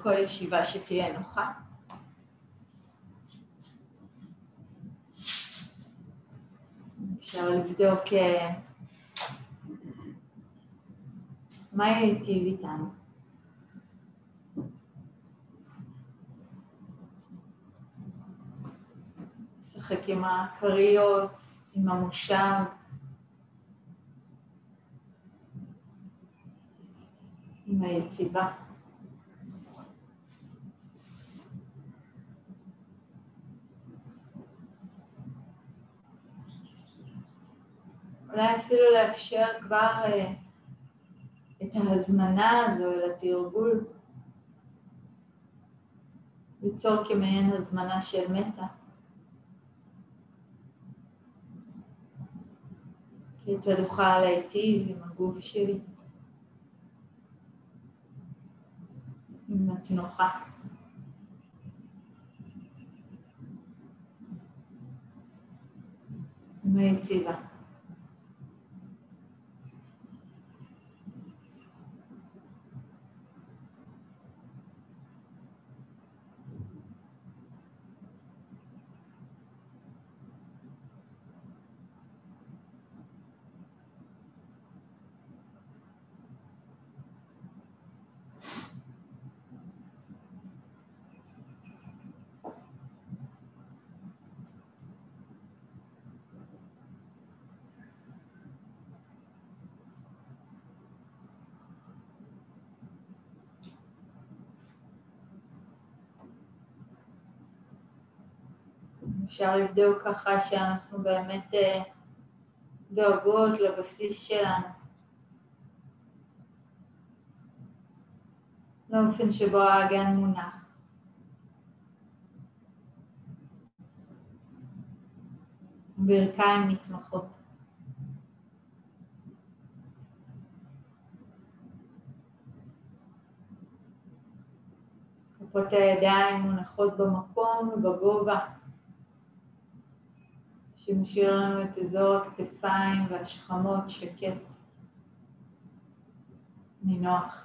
בכל ישיבה שתהיה נוחה. אפשר לבדוק מה ייטיב איתנו. לשחק עם הכריות, עם המושב. עם היציבה. אולי אפילו לאפשר כבר את ההזמנה הזו אל התרגול. ליצור כמעין הזמנה של מטה. כיצד אוכל להיטיב עם הגוף שלי. עם התנוחה. עם היציבה. אפשר לבדוק ככה שאנחנו באמת דואגות לבסיס שלנו. לאופן שבו האגן מונח. ברכיים נתמכות. כפות הידיים מונחות במקום ובגובה. שמשאיר לנו את אזור הכתפיים והשכמות שקט. נינוח.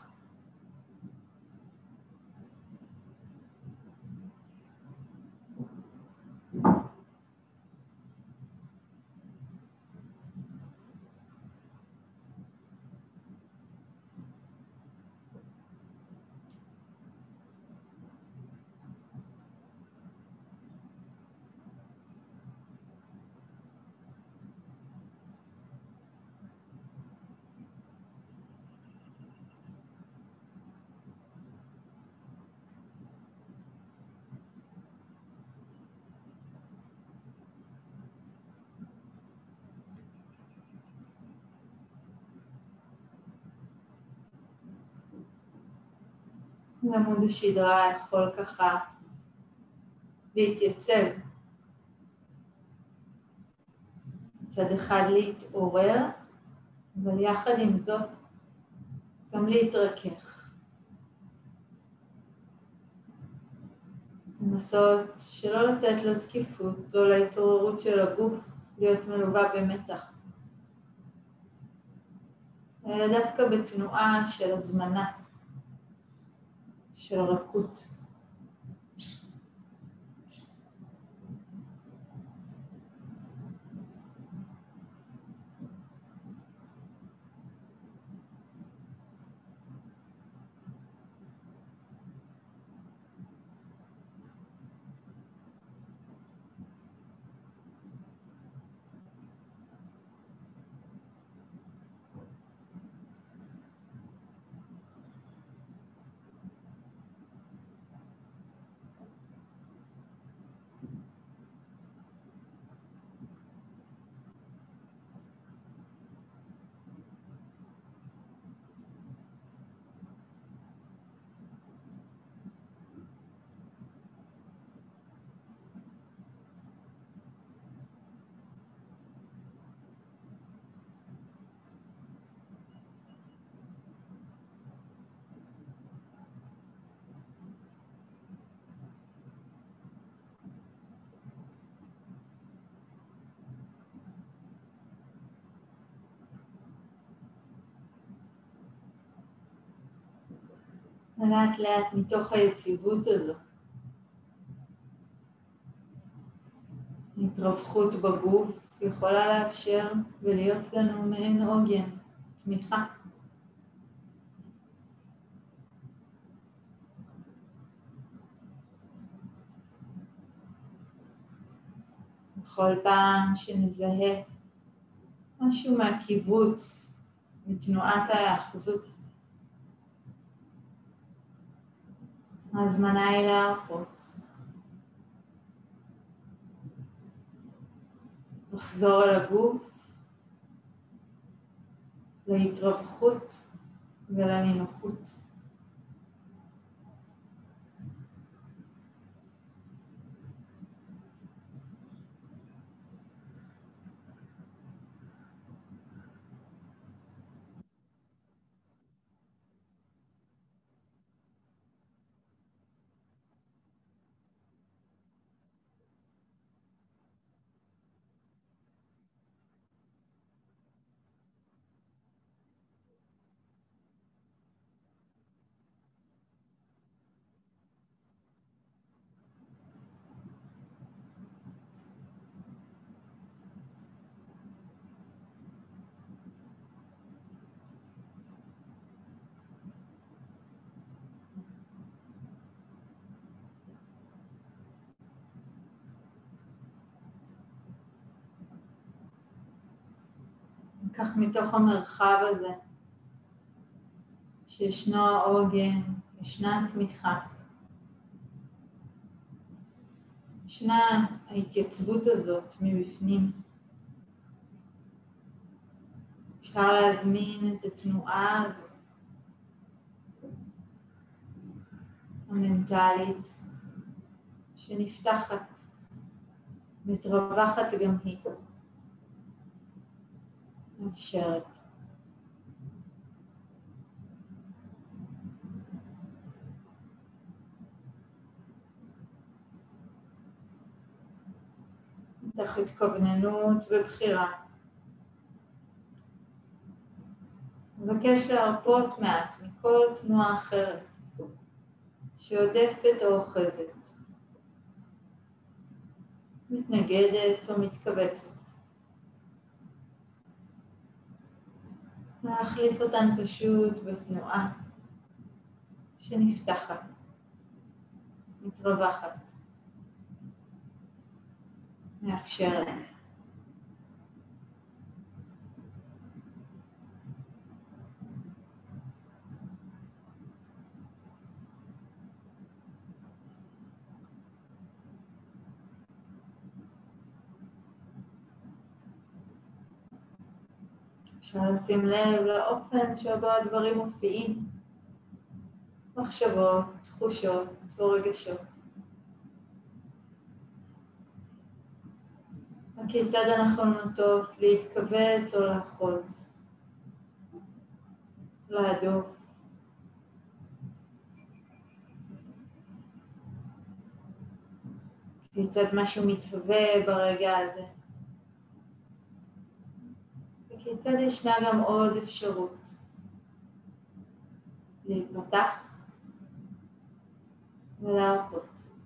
עמוד השדרה יכול ככה להתייצב. מצד אחד להתעורר, אבל יחד עם זאת גם להתרכך. לנסות שלא לתת לזקיפות או להתעוררות של הגוף להיות מלווה במתח. אלא דווקא בתנועה של הזמנה. של רכות. לאט לאט מתוך היציבות הזו, התרווחות בגוף יכולה לאפשר ולהיות לנו מעין עוגן, תמיכה. בכל פעם שנזהה משהו מהקיבוץ, מתנועת ההאחזות, ההזמנה היא להרפות. לחזור אל הגוף, להתרווחות ולנינוחות. כך מתוך המרחב הזה, שישנו העוגן, ישנה התמיכה, ישנה ההתייצבות הזאת מבפנים. אפשר להזמין את התנועה הזאת, המנטלית, שנפתחת, מתרווחת גם היא. מאפשרת. מתוך התכווננות ובחירה. מבקש להרפות מעט מכל תנועה אחרת שעודפת או אוחזת, מתנגדת או מתכווצת. להחליף אותן פשוט בתנועה שנפתחת, מתרווחת, מאפשרת. אפשר לשים לב לאופן שבו הדברים מופיעים, מחשבות, תחושות או רגשות. כיצד אנחנו נוטות להתכווץ או לאחוז, להדוף. כיצד משהו מתהווה ברגע הזה. וכיצד ישנה גם עוד אפשרות להיפתח ולהרפות.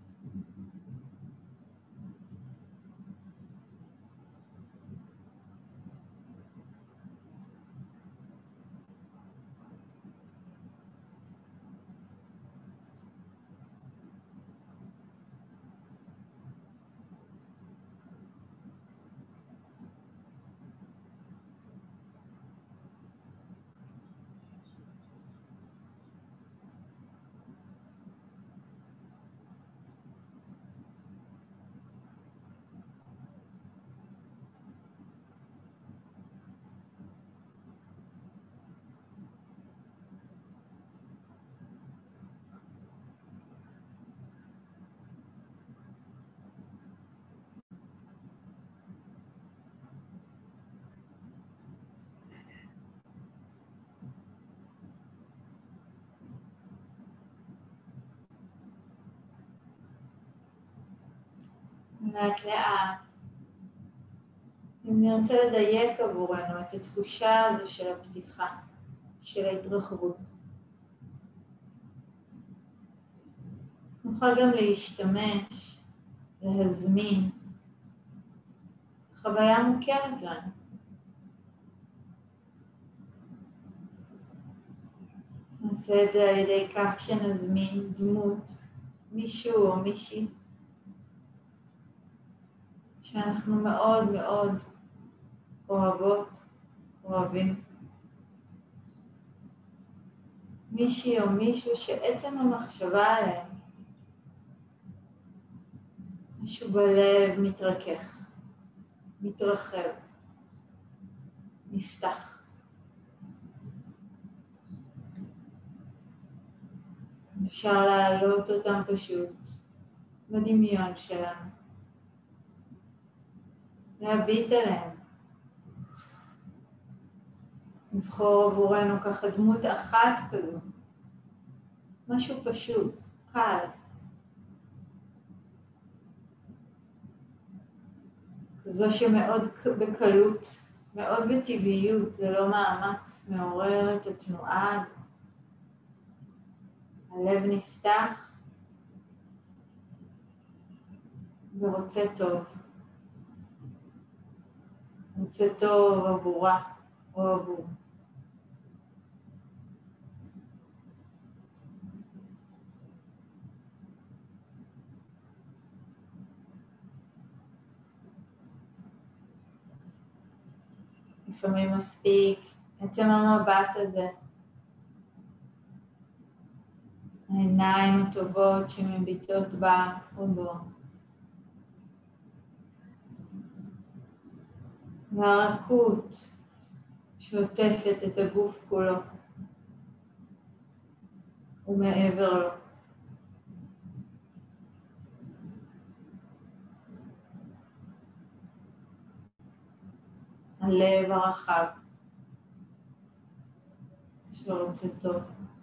לאט לאט, אם נרצה לדייק עבורנו את התחושה הזו של הפתיחה, של ההתרחבות. נוכל גם להשתמש, להזמין, חוויה מוכרת לנו. נעשה את זה על ידי כך שנזמין דמות, מישהו או מישהי, שאנחנו מאוד מאוד אוהבות, אוהבים. מישהי או מישהו שעצם המחשבה עליהם, משהו בלב מתרכך, מתרחב, נפתח. אפשר להעלות אותם פשוט בדמיון שלנו, להביט עליהם, לבחור עבורנו ככה דמות אחת כזו, משהו פשוט, קל, כזו שמאוד בקלות, מאוד בטבעיות, ללא מאמץ, מעורר את התנועה, הלב נפתח ורוצה טוב. רוצה טוב עבורה או עבור. לפעמים מספיק עצם המבט הזה, העיניים הטובות שמביטות בה או בו. והרכות שעוטפת את הגוף כולו ומעבר לו. הלב הרחב שרוצה טוב.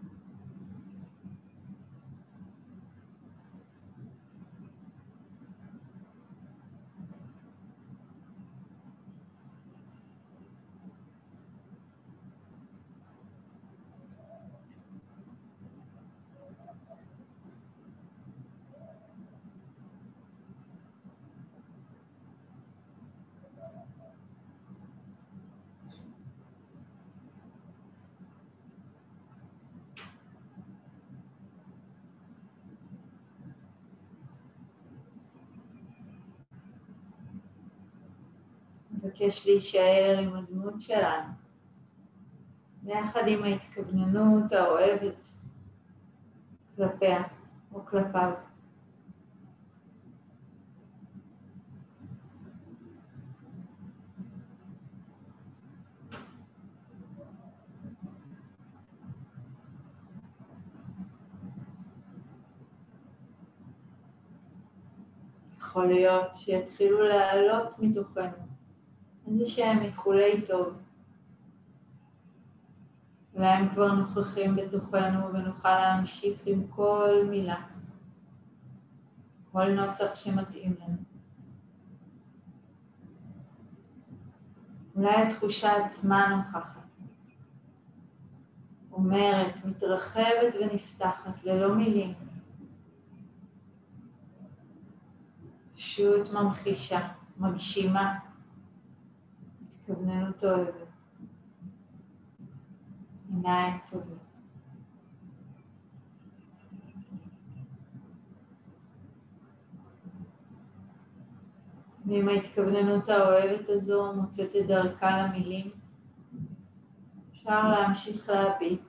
מבקש להישאר עם הדמות שלנו, ביחד עם ההתכווננות האוהבת כלפיה או כלפיו. יכול להיות שיתחילו לעלות מתוכנו איזה שהם איחולי טוב. אולי הם כבר נוכחים בתוכנו ונוכל להמשיך עם כל מילה, כל נוסח שמתאים לנו. אולי התחושה עצמה נוכחת, אומרת, מתרחבת ונפתחת ללא מילים. פשוט ממחישה, מגשימה, התכווננות אוהבת, עיניים טובות. ועם ההתכווננות האוהבת הזו מוצאת את דרכה למילים, אפשר להמשיך להביט,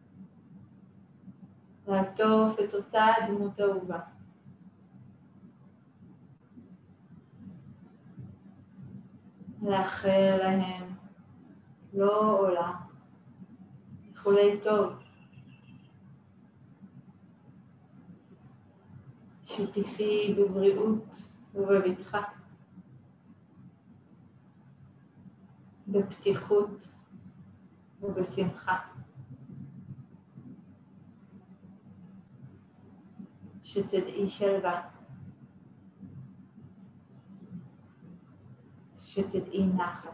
לעטוף את אותה דמות אהובה. לאחל להם לא עולה, איחולי טוב, שתחי בבריאות ובבטחה, בפתיחות ובשמחה, שתדעי שלווה, שתדעי נחת.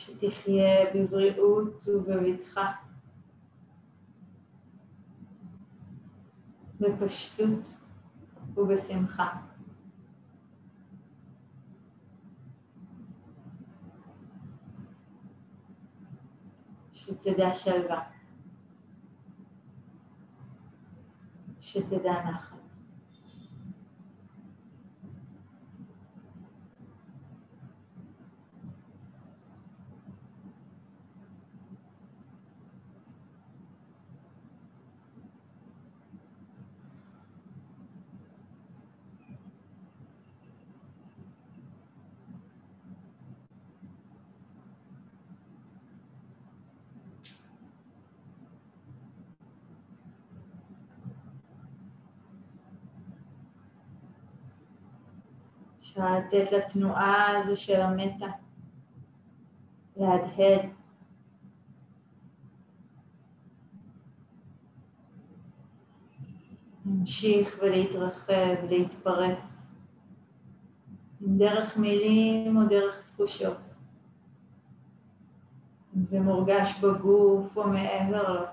שתחיה בבריאות ובבטחה, בפשטות ובשמחה. שתדע שלווה, שתדע נחת. אפשר לתת לתנועה הזו של המטה להדהד. להמשיך ולהתרחב, להתפרס, דרך מילים או דרך תחושות. אם זה מורגש בגוף או מעבר לו.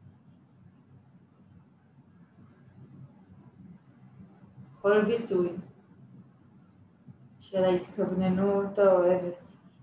כל ביטוי של ההתכווננות האוהבת.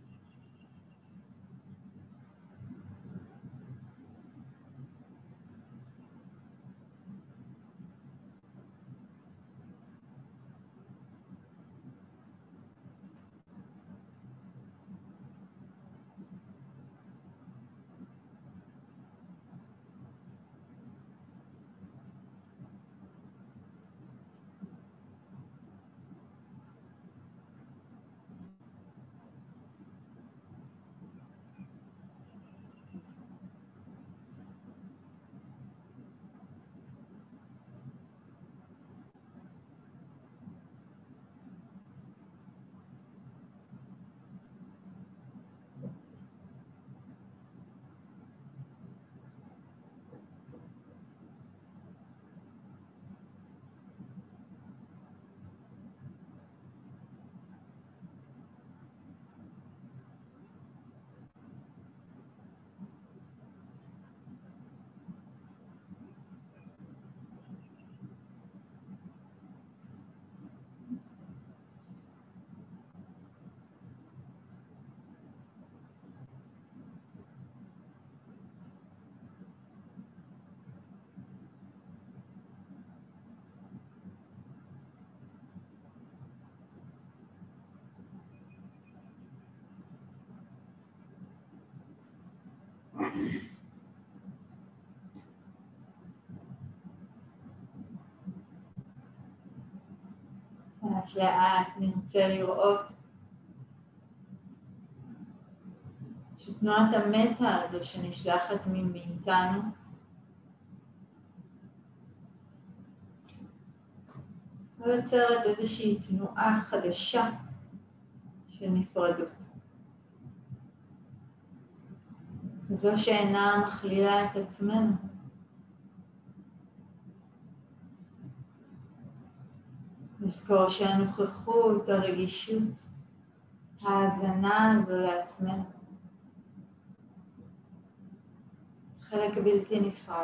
לאט לאט נרצה לראות שתנועת המטה הזו שנשלחת מאיתנו לא יוצרת איזושהי תנועה חדשה של נפרדות. זו שאינה מכלילה את עצמנו. נזכור שהנוכחות, הרגישות, ההאזנה הזו לעצמנו, חלק בלתי נפרד.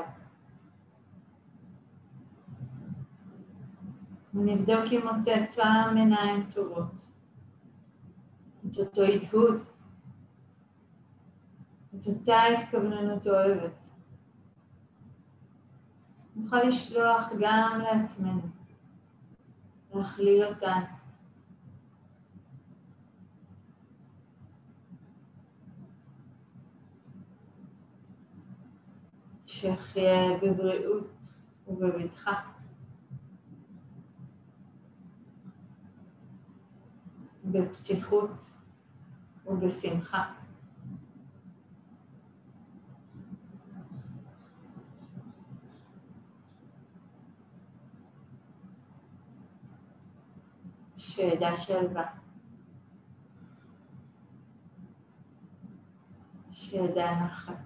ונבדוק עם אותם עיניים טובות, את אותו הדהוד, את אותה התכווננות אוהבת. נוכל לשלוח גם לעצמנו, להכליל אותן. שיחיה בבריאות ובבטחה. בפתיחות ובשמחה. שידע שלווה. שידע נחת.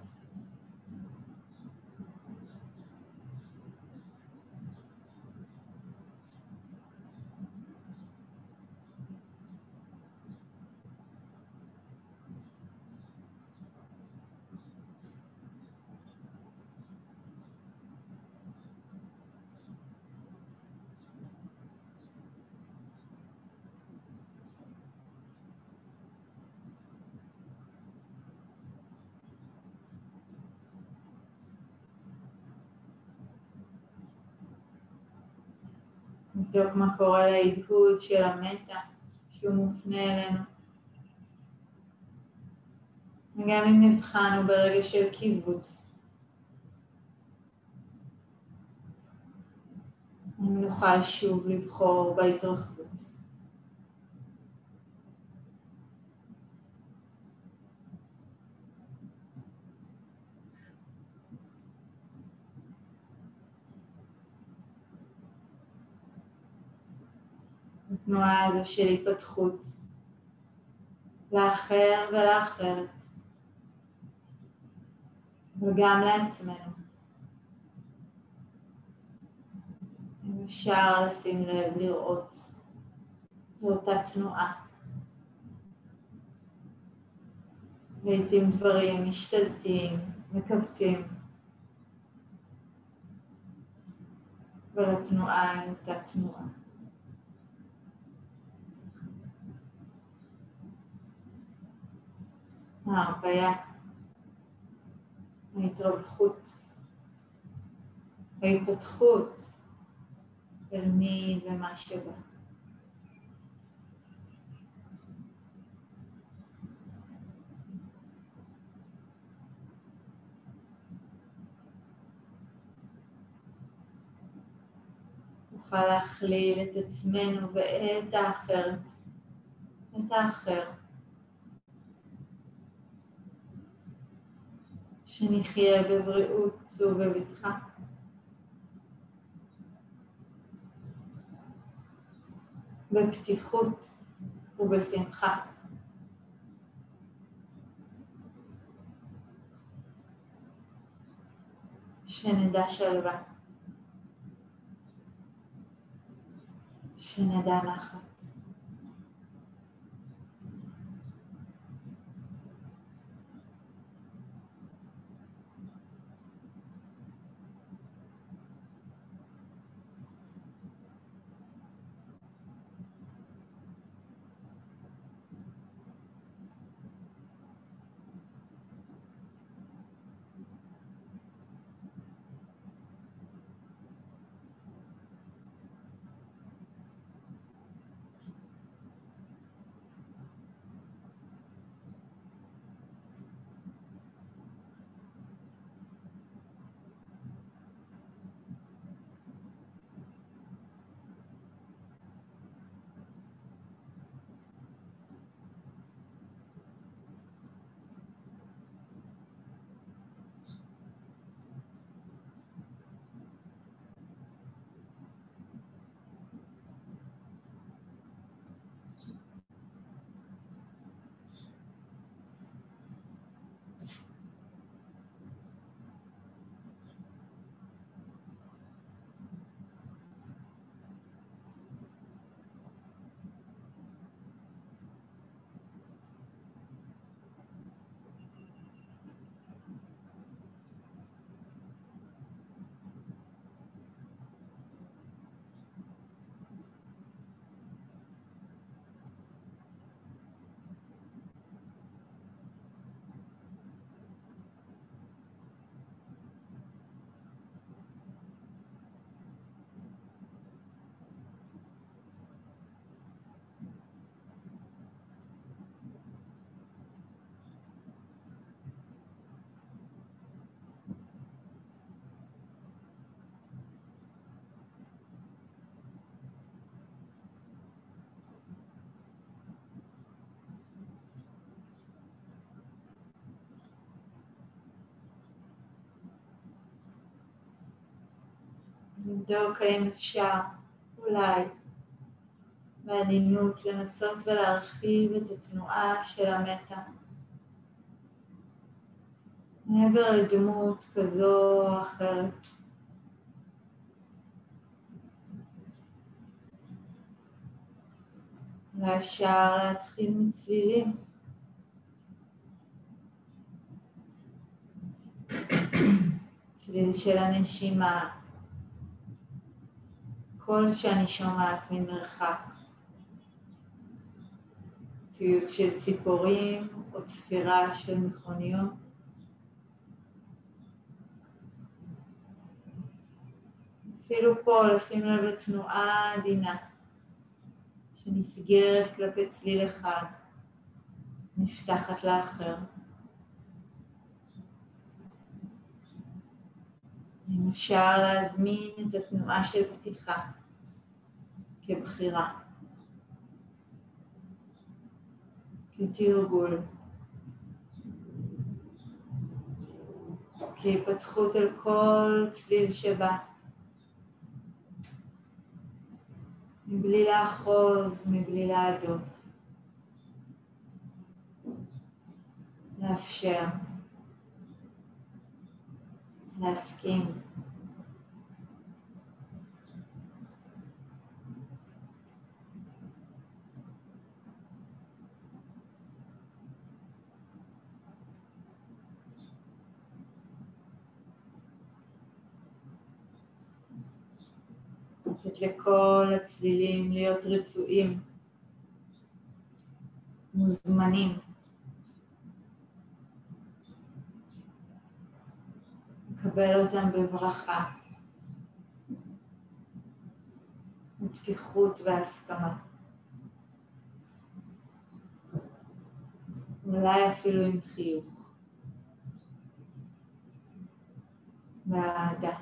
נבדוק מה קורה להדהוד של המטה שהוא מופנה אלינו. וגם אם הבחנו ברגע של קיבוץ, אם נוכל שוב לבחור בהתרחבות. התנועה הזו של התפתחות לאחר ולאחרת, וגם לעצמנו. אם אפשר לשים לב לראות, זו אותה תנועה. לעתים דברים משתלטים, מקבצים, ולתנועה היא אותה תנועה. ההרפאיה, ההתרווחות, ההתפתחות של מי ומה שבא. נוכל להכליל את עצמנו ואת האחרת, את האחר. שנחיה בבריאות ובבטחה. בפתיחות ובשמחה. שנדע שלווה. שנדע נחת. נבדוק האם אפשר, אולי, בעדינות לנסות ולהרחיב את התנועה של המטה. מעבר לדמות כזו או אחרת. אולי אפשר להתחיל מצלילים. צליל של הנשימה. קול שאני שומעת ממרחק. ציוץ של ציפורים או צפירה של מכוניות. אפילו פה לשים לב לתנועה עדינה שנסגרת כלפי צליל אחד, נפתחת לאחר. אם אפשר להזמין את התנועה של פתיחה כבחירה, כתרגול, כהיפתחות אל כל צליל שבא, מבלי לאחוז, מבלי להדוף, לאפשר, להסכים. לתת לכל הצלילים להיות רצויים, מוזמנים. לקבל אותם בברכה, בפתיחות והסכמה. אולי אפילו עם חיוך. באהדה.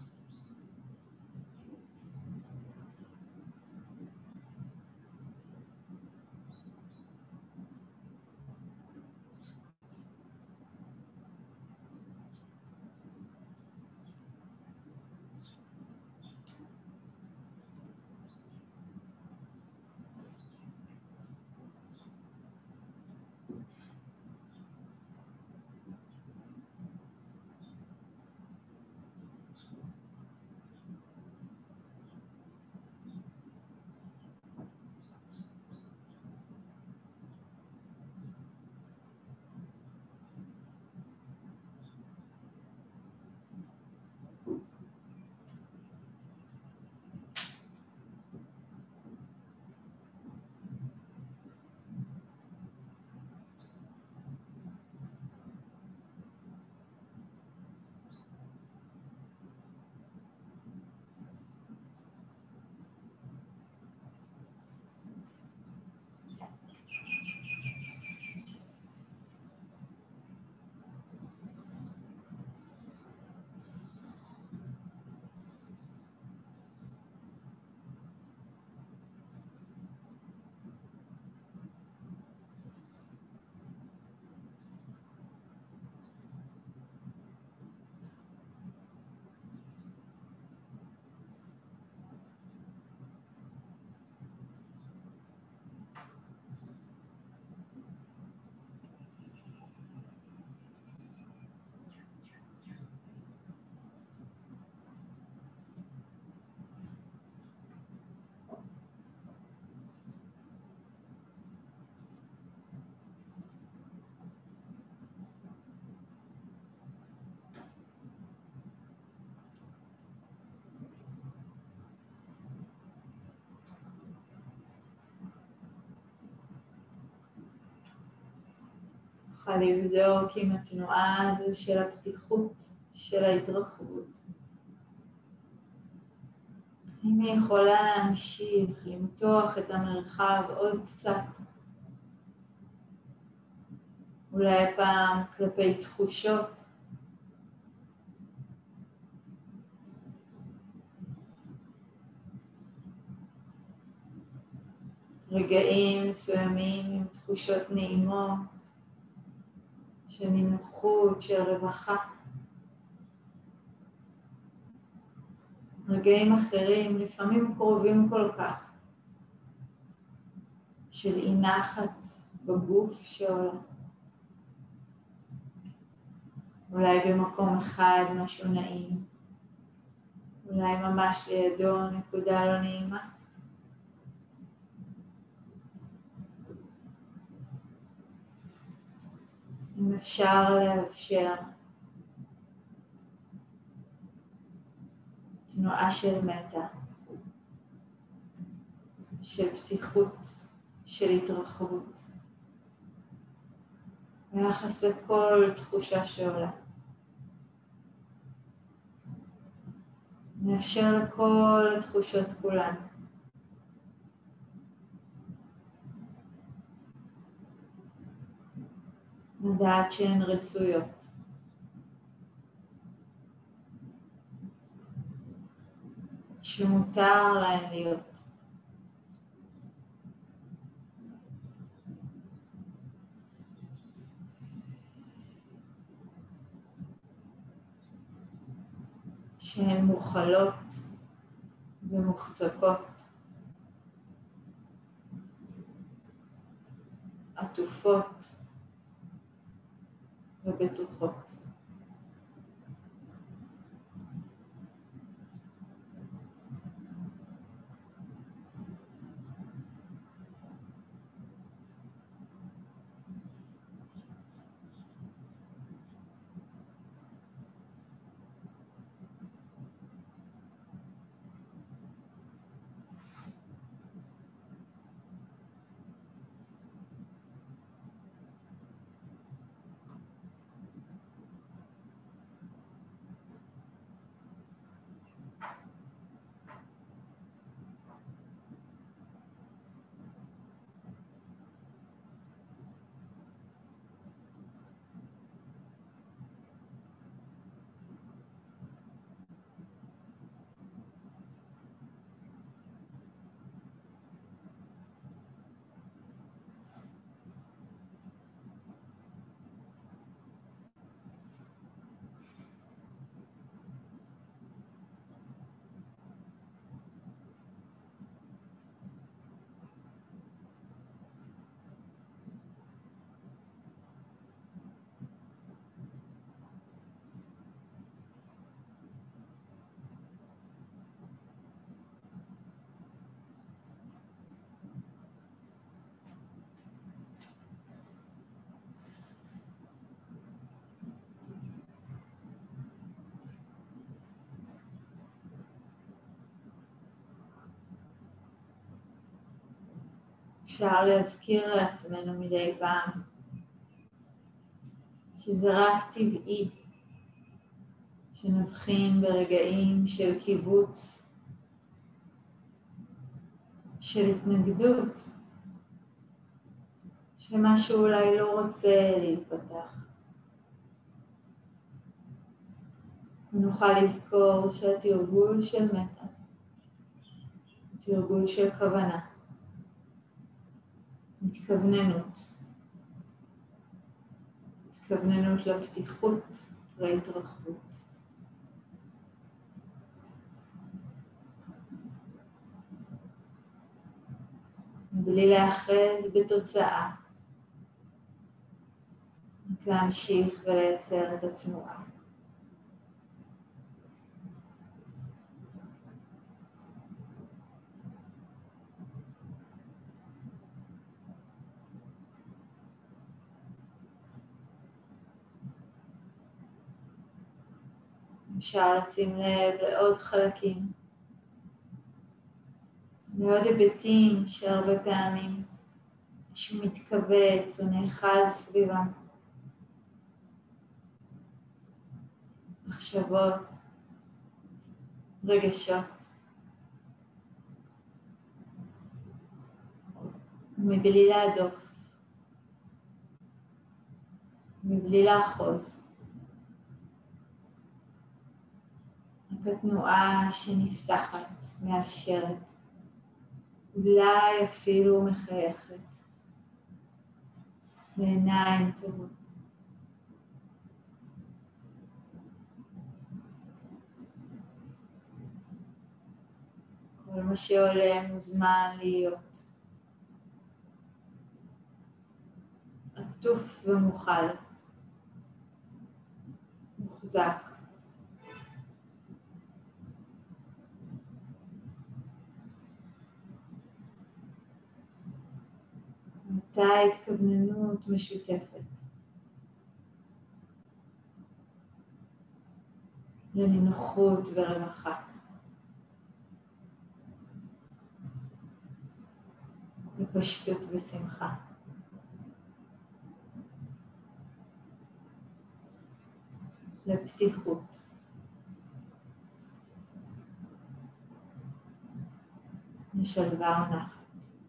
נוכל לבדוק עם התנועה הזו של הפתיחות, של ההתרחבות. אם היא יכולה להמשיך, למתוח את המרחב עוד קצת. אולי פעם כלפי תחושות. רגעים מסוימים עם תחושות נעימות, של נינוחות, של רווחה. רגעים אחרים, לפעמים קרובים כל כך, של אי נחת בגוף שעולה. אולי במקום אחד משהו נעים, אולי ממש לידו נקודה לא נעימה. אם אפשר לאפשר תנועה של מטה, של פתיחות, של התרחבות, ביחס לכל תחושה שעולה. נאפשר לכל התחושות כולן. לדעת שהן רצויות. שמותר להן להיות. שהן מוכלות ומוחזקות, עטופות ובטוחות. אפשר להזכיר לעצמנו מדי פעם שזה רק טבעי שנבחין ברגעים של קיבוץ, של התנגדות, שמשהו אולי לא רוצה להתפתח. ונוכל לזכור שהתרגול של מטה, תרגול של כוונה, התכווננות לפתיחות, להתרחבות. מבלי להאחז בתוצאה, להמשיך ולייצר את התנועה. אפשר לשים לב לעוד חלקים, לעוד היבטים שהרבה פעמים משהו מתכווץ או נאחז סביבם. מחשבות, רגשות. מבלי להדוף, מבלי לאחוז. התנועה שנפתחת, מאפשרת, אולי אפילו מחייכת, בעיניים טובות. כל מה שעולה מוזמן להיות עטוף ומוכל, מוחזק. אותה התכווננות משותפת לנינוחות ורווחה, לפשטות ושמחה. לפתיחות. לשלווה ונחת.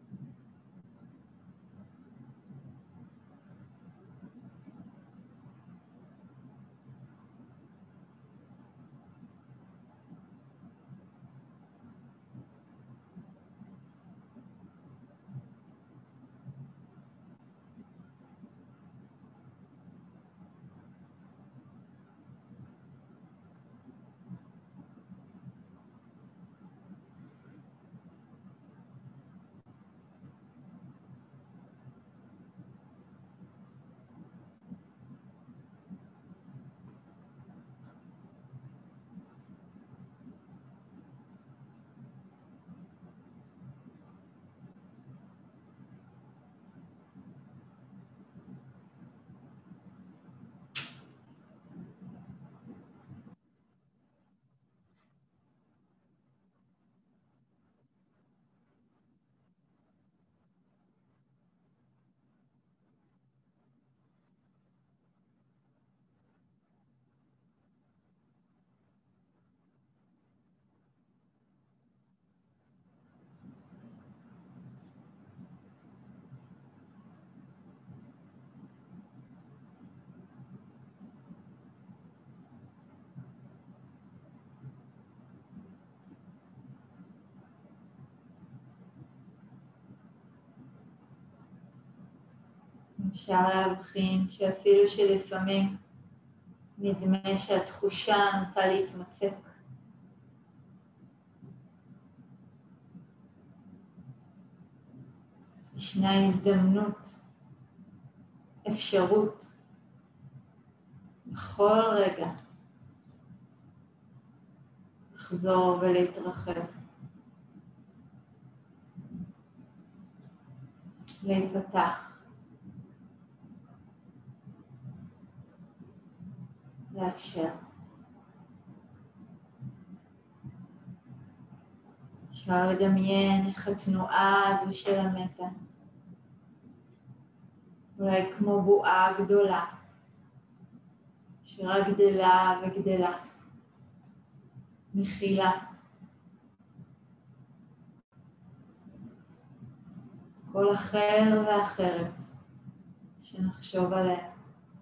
אפשר להבחין שאפילו שלפעמים נדמה שהתחושה נוטה להתמצק. ישנה הזדמנות, אפשרות, בכל רגע, לחזור ולהתרחב, להיפתח. לאפשר. אפשר לדמיין איך התנועה הזו של המטה, אולי כמו בועה גדולה, שרק גדלה וגדלה, מכילה. כל אחר ואחרת שנחשוב עליה.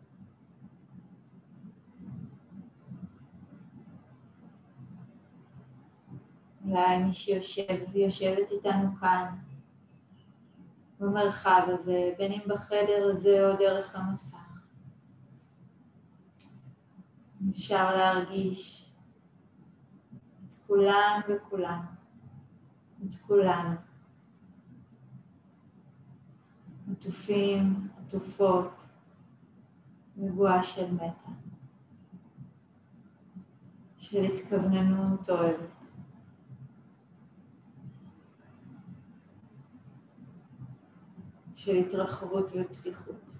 אולי מי שיושב ויושבת איתנו כאן, במרחב הזה, בין אם בחדר הזה או דרך המסך. אפשר להרגיש את כולן וכולן, את כולנו. עטופים, עטופות, מבואה של מטה, של התכווננות אוהבת. של התרחבות ופתיחות.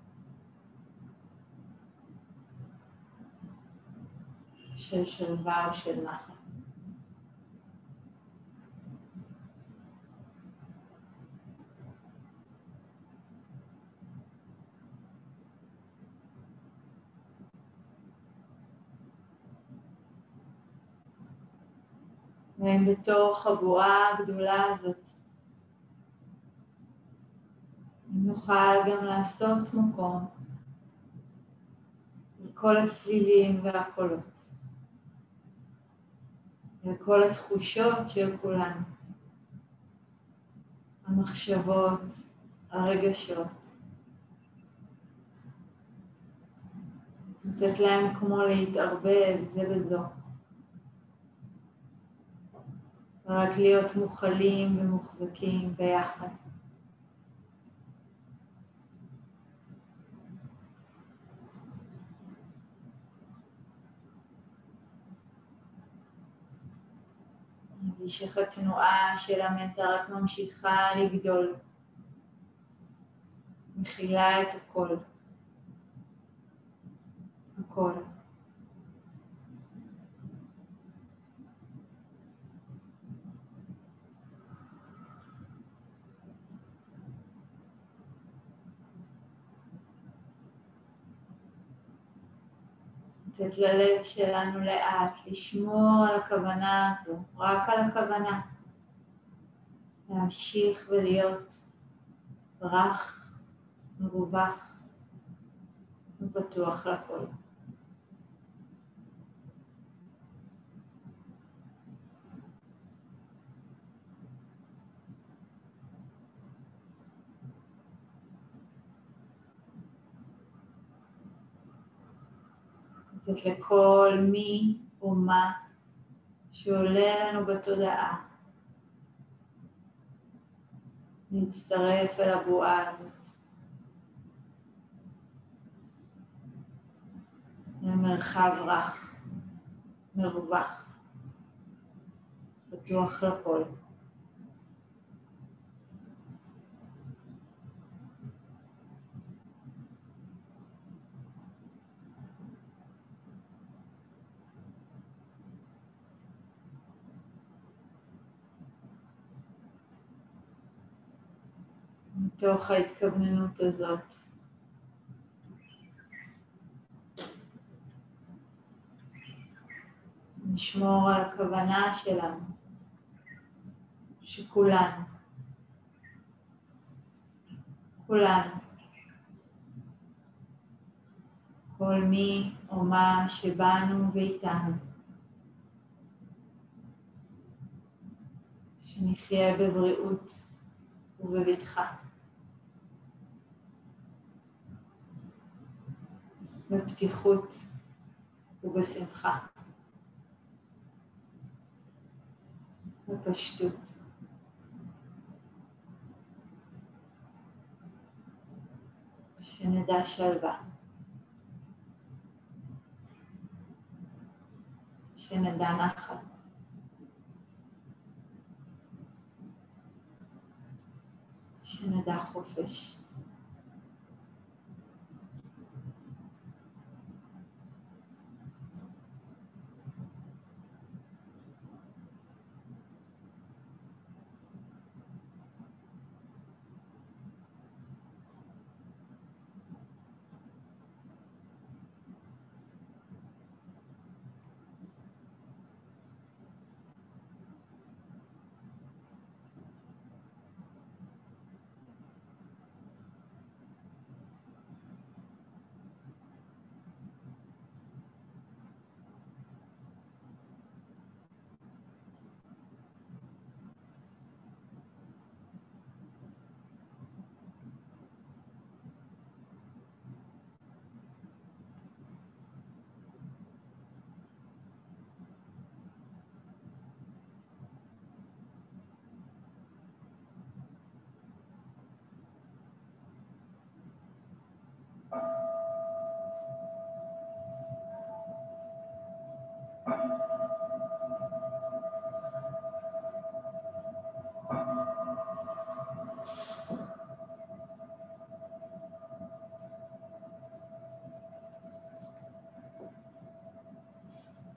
של שלווה ושל נחת. והם בתוך הבועה הגדולה הזאת. נוכל גם לעשות מקום לכל הצלילים והקולות, לכל התחושות של כולנו, המחשבות, הרגשות. לתת להם כמו להתערבב זה בזו. רק להיות מוכלים ומוחזקים ביחד. מרגיש איך התנועה של המטה רק ממשיכה לגדול. מכילה את הכל. הכל. לתת ללב שלנו לאט, לשמור על הכוונה הזו, רק על הכוונה. להמשיך ולהיות רך, מרווח ופתוח לכל. לתת לכל מי או מה שעולה לנו בתודעה להצטרף אל הבועה הזאת. למרחב רך, מרווח, פתוח לכל. מתוך ההתכווננות הזאת, נשמור על הכוונה שלנו, שכולנו, כל מי או מה שבאנו ואיתנו, שנחיה בבריאות ובבטחה, בפתיחות ובשמחה, בפשטות. שנדע שלווה, שנדע נחת, שנדע חופש.